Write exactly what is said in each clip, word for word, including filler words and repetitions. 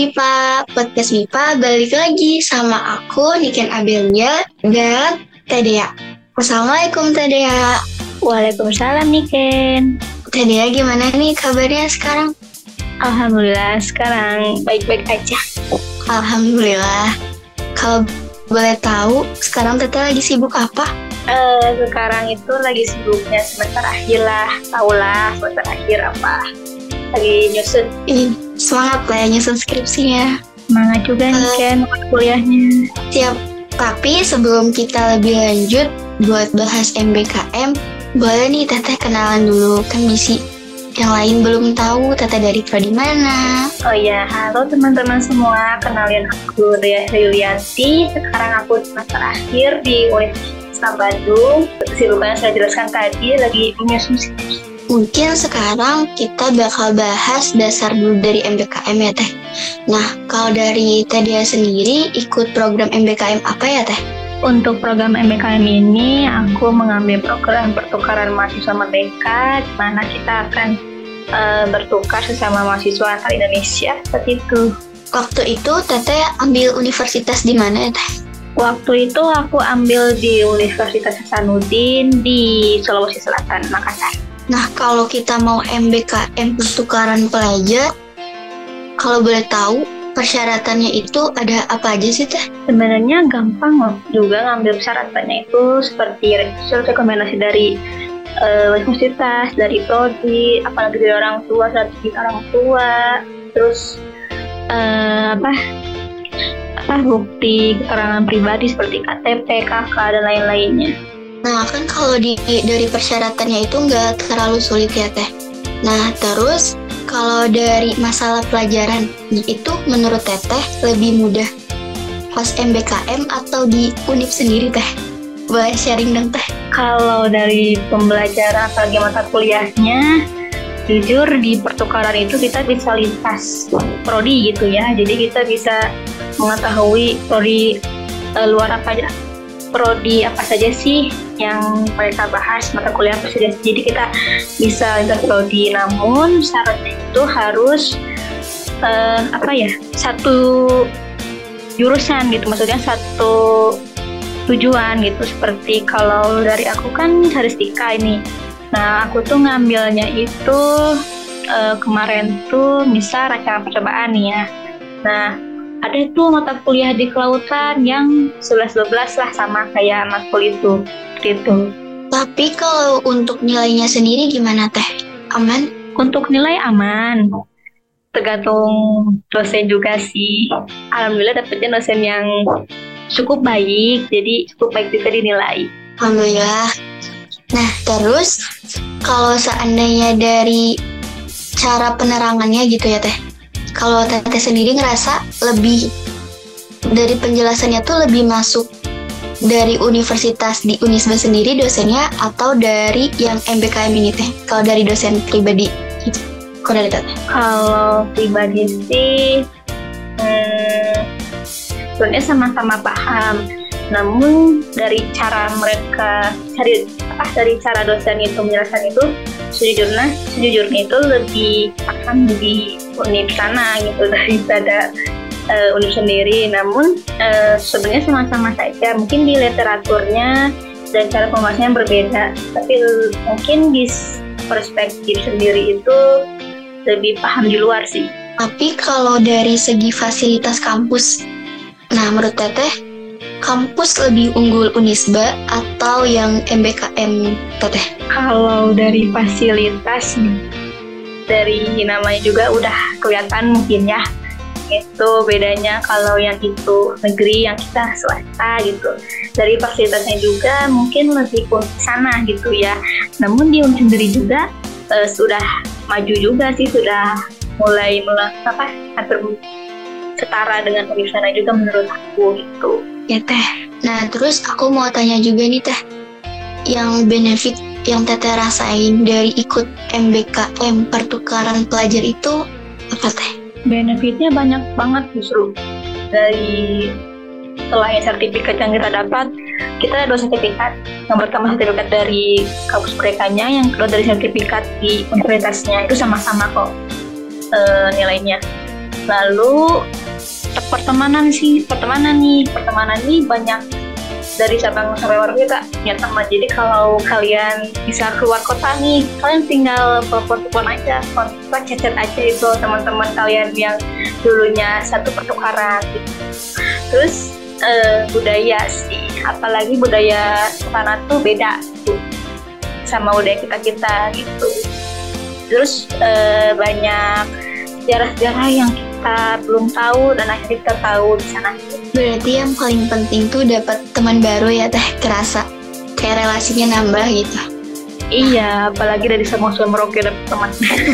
MIPA, podcast MIPA balik lagi sama aku Niken Abelia dan Tedea. Assalamualaikum Tedea. Waalaikumsalam Niken. Tedea gimana nih kabarnya sekarang? Alhamdulillah sekarang baik-baik aja. Alhamdulillah. Kalau boleh tahu sekarang Tete lagi sibuk apa? Uh, sekarang itu lagi sibuknya semester akhir lah. Taulah semester akhir apa? Lagi nyusun. Ih, semangat lah ya nyusun skripsinya. Semangat juga nih Ken buat kuliahnya. Siap. Tapi sebelum kita lebih lanjut buat bahas M B K M, boleh nih Teteh kenalan dulu, kan bisi yang lain belum tahu Teteh dari prodi mana. Oh iya, halo teman-teman semua, kenalin aku Ria Yulianti. Sekarang aku semester akhir di Universitas Bandung. Kesibukannya saya jelaskan tadi, lagi menyusun skripsi. Mungkin sekarang kita bakal bahas dasar dulu dari M B K M ya Teh. Nah, kalau dari Tedea sendiri ikut program M B K M apa ya Teh? Untuk program M B K M ini, aku mengambil program pertukaran mahasiswa merdeka, di mana kita akan uh, bertukar sesama mahasiswa antar Indonesia, seperti itu. Waktu itu Teteh ambil universitas di mana ya Teh? Waktu itu aku ambil di Universitas Hasanuddin di Sulawesi Selatan, Makassar. Nah, kalau kita mau M B K M pertukaran pelajar, kalau boleh tahu persyaratannya itu ada apa aja sih Teh? Sebenarnya gampang loh juga ngambil persyaratannya itu, seperti surat rekomendasi dari uh, universitas, dari prodi, apalagi dari orang tua, sertifikat orang tua, terus uh, apa apa bukti keterangan pribadi seperti K T P, K K dan lain-lainnya. Nah, kan kalau di, dari persyaratannya itu nggak terlalu sulit ya Teh. Nah, terus kalau dari masalah pelajaran itu menurut Teteh lebih mudah pas M B K M atau di Univ sendiri Teh? Boleh sharing dong Teh? Kalau dari pembelajaran apalagi mata kuliahnya, jujur di pertukaran itu kita bisa lintas prodi gitu ya. Jadi kita bisa mengetahui prodi uh, luar apa aja, prodi apa saja sih yang mereka bahas, mata kuliah apa saja. Jadi kita bisa lintas prodi, namun syaratnya itu harus uh, apa ya satu jurusan gitu, maksudnya satu tujuan gitu. Seperti kalau dari aku kan statistika ini, nah aku tuh ngambilnya itu uh, kemarin tuh misal rancangan percobaan nih ya. Nah ada tuh mata kuliah di kelautan yang sebelas dua belas lah sama kayak matkul itu gitu. Tapi kalau untuk nilainya sendiri gimana Teh? Aman? Untuk nilai aman, tergantung dosen juga sih. Alhamdulillah dapetnya dosen yang cukup baik, jadi cukup baik bisa dinilai. Alhamdulillah. Nah, terus kalau seandainya dari cara penerangannya gitu ya Teh, kalau Teteh sendiri ngerasa lebih dari penjelasannya tuh lebih masuk dari universitas di Unisba sendiri dosennya atau dari yang M B K M ini Teh? Kalau dari dosen pribadi gitu. Kalau dari Teteh? Kalau pribadi sih hmm, sebenarnya sama-sama paham. Namun dari cara mereka dari ah, dari cara dosen itu menjelaskan itu sejujurnya sejujurnya itu lebih paham di univ sana gitu daripada uh, univ sendiri. Namun uh, sebenarnya sama-sama saja, mungkin di literaturnya dan cara pembahasannya berbeda, tapi mungkin di perspektif sendiri itu lebih paham di luar sih. Tapi kalau dari segi fasilitas kampus, nah menurut Teteh kampus lebih unggul Unisba atau yang M B K M Teteh? Kalau dari fasilitas nih, dari namanya juga udah kelihatan mungkin ya, itu bedanya kalau yang itu negeri, yang kita swasta gitu. Dari fasilitasnya juga mungkin lebih ke sana gitu ya. Namun di Univ sendiri juga uh, sudah maju juga sih, sudah mulai mulai apa hampir setara dengan Univ sana juga menurut aku gitu. Ya Teh. Nah terus aku mau tanya juga nih Teh, yang benefit yang Teteh rasain dari ikut M B K M pertukaran pelajar itu apa Teh? Benefitnya banyak banget justru. Dari selain sertifikat yang kita dapat, kita ada dua sertifikat. Yang pertama sertifikat dari kampus merekanya, yang kedua dari sertifikat di universitasnya. Itu sama-sama kok e, nilainya. Lalu pertemanan sih, pertemanan nih, pertemanan nih banyak dari Sabang sampai Merauke kita punya teman. Jadi kalau kalian bisa keluar kota nih, kalian tinggal telepon-telepon aja, kontak chat-chat aja itu teman-teman kalian yang dulunya satu pertukaran gitu. Terus eh, budaya sih, apalagi budaya sana tuh beda tuh sama budaya kita kita gitu. Terus eh, banyak sejarah-sejarah yang kita belum tahu dan akhirnya kita tahu di sana. Berarti yang paling penting tuh dapat teman baru ya teh, kerasa kayak relasinya nambah gitu. Iya, apalagi dari Sabang sampai Merauke dapat teman.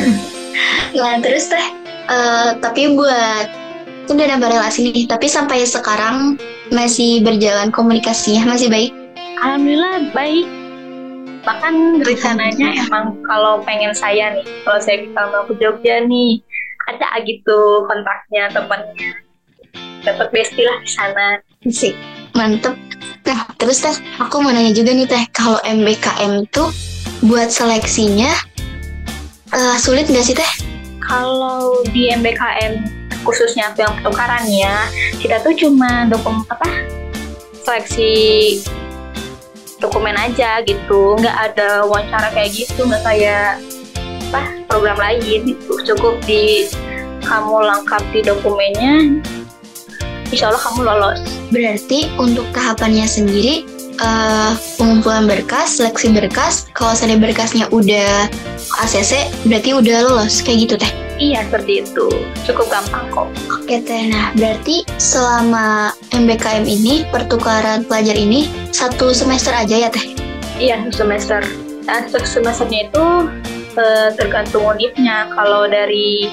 Nah terus teh, uh, tapi buat udah nambah relasi nih, tapi sampai sekarang masih berjalan komunikasinya, masih baik? Alhamdulillah baik. Bahkan rencananya emang kalau pengen saya nih, kalau saya kita mau ke Jogja nih, ada gitu kontaknya temannya, dapat bestie lah di sana. Sih, mantep. Nah, terus teh, aku mau nanya juga nih teh, kalau M B K M itu buat seleksinya uh, sulit nggak sih teh? Kalau di M B K M khususnya yang pertukaran ya, kita tuh cuma dokumen apa seleksi dokumen aja gitu, nggak ada wawancara kayak gitu, nggak kayak apa program lain gitu. Cukup di kamu lengkapi dokumennya, insya Allah kamu lolos. Berarti untuk tahapannya sendiri, uh, pengumpulan berkas, seleksi berkas, kalau seandainya berkasnya udah A C C, berarti udah lolos kayak gitu teh? Iya, seperti itu. Cukup gampang kok. Oke teh, nah berarti selama M B K M ini, pertukaran pelajar ini satu semester aja ya teh? Iya, satu semester. Nah, satu semesternya itu eh, tergantung unitnya. Kalau dari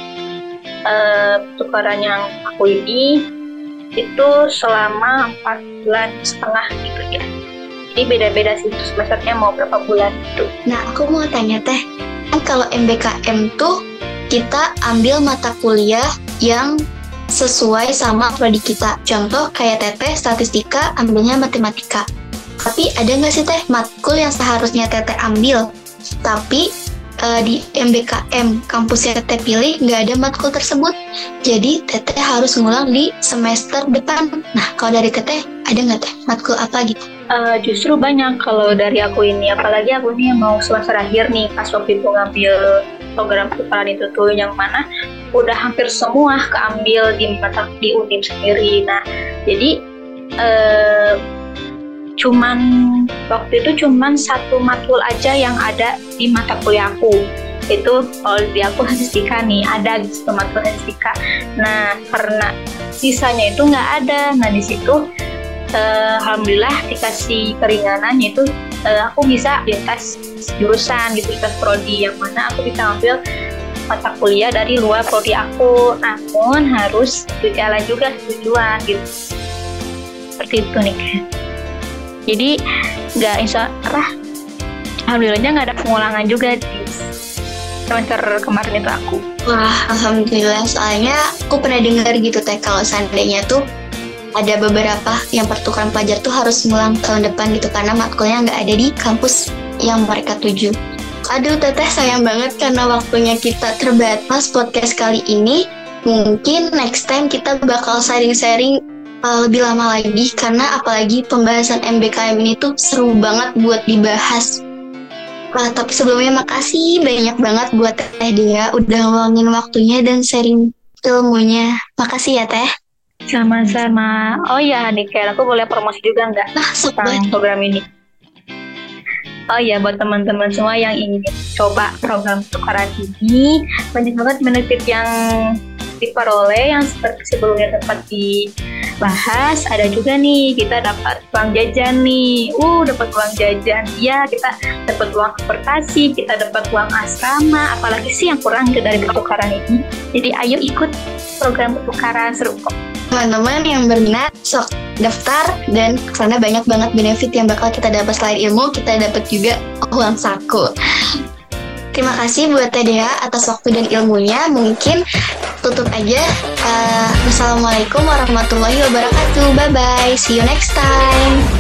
eh, pertukaran yang aku ini, itu selama empat bulan setengah gitu ya. Jadi beda-beda sih semesternya mau berapa bulan gitu. Nah, aku mau tanya teh, kan kalau M B K M tuh kita ambil mata kuliah yang sesuai sama prodi kita. Contoh kayak Teteh statistika, ambilnya matematika. Tapi ada nggak sih teh matkul yang seharusnya Teteh ambil, tapi uh, di M B K M kampus yang Teteh pilih nggak ada matkul tersebut. Jadi Teteh harus ngulang di semester depan. Nah, kalau dari Teteh ada nggak teh matkul apa gitu? Uh, justru banyak kalau dari aku ini, apalagi aku ini yang mau semester akhir nih, pas waktu itu ngambil program pertukaran itu tuh, yang mana udah hampir semua keambil di mata di U N I M sendiri. Nah, jadi uh, cuman waktu itu cuman satu matkul aja yang ada di mata kuliahku. Itu kalau di aku statistika nih, ada gitu matkul statistika. Nah, karena sisanya itu nggak ada. Nah, di situ Uh, alhamdulillah dikasih keringanan, yaitu uh, aku bisa lintas jurusan gitu, lintas prodi, yang mana aku bisa ambil mata kuliah dari luar prodi aku, namun harus berjalan juga tujuan gitu, seperti itu nih. Jadi nggak insya Allah, alhamdulillahnya nggak ada pengulangan juga di semester kemarin itu aku. Wah, alhamdulillah, soalnya aku pernah dengar gitu teh, kalau seandainya tuh ada beberapa yang pertukaran pelajar tuh harus ngulang tahun depan gitu karena matkulnya nggak ada di kampus yang mereka tuju. Aduh Teteh, sayang banget karena waktunya kita terbatas podcast kali ini. Mungkin next time kita bakal sharing-sharing uh, lebih lama lagi, karena apalagi pembahasan M B K M ini tuh seru banget buat dibahas. Wah, tapi sebelumnya makasih banyak banget buat Teh Dea udah ngeluangin waktunya dan sharing ilmunya. Makasih ya Teh. Sama-sama. Oh ya, Nikel, aku boleh promosi juga nggak nah, tentang program ini? Oh ya, buat teman-teman semua yang ingin coba program pertukaran ini, banyak banget benefit yang diperoleh yang seperti sebelumnya sempat dibahas. Ada juga nih, kita dapat uang jajan nih. Uh, dapat uang jajan. Ya, kita dapat uang transportasi, kita dapat uang asrama. Apalagi sih yang kurang dari pertukaran ini. Jadi ayo ikut program pertukaran, seru kok. Teman-teman yang berminat, sok daftar, dan karena banyak banget benefit yang bakal kita dapat. Selain ilmu, kita dapat juga uang saku. Terima kasih buat Teh Dea atas waktu dan ilmunya. Mungkin tutup aja. Uh, Wassalamualaikum warahmatullahi wabarakatuh. Bye-bye. See you next time.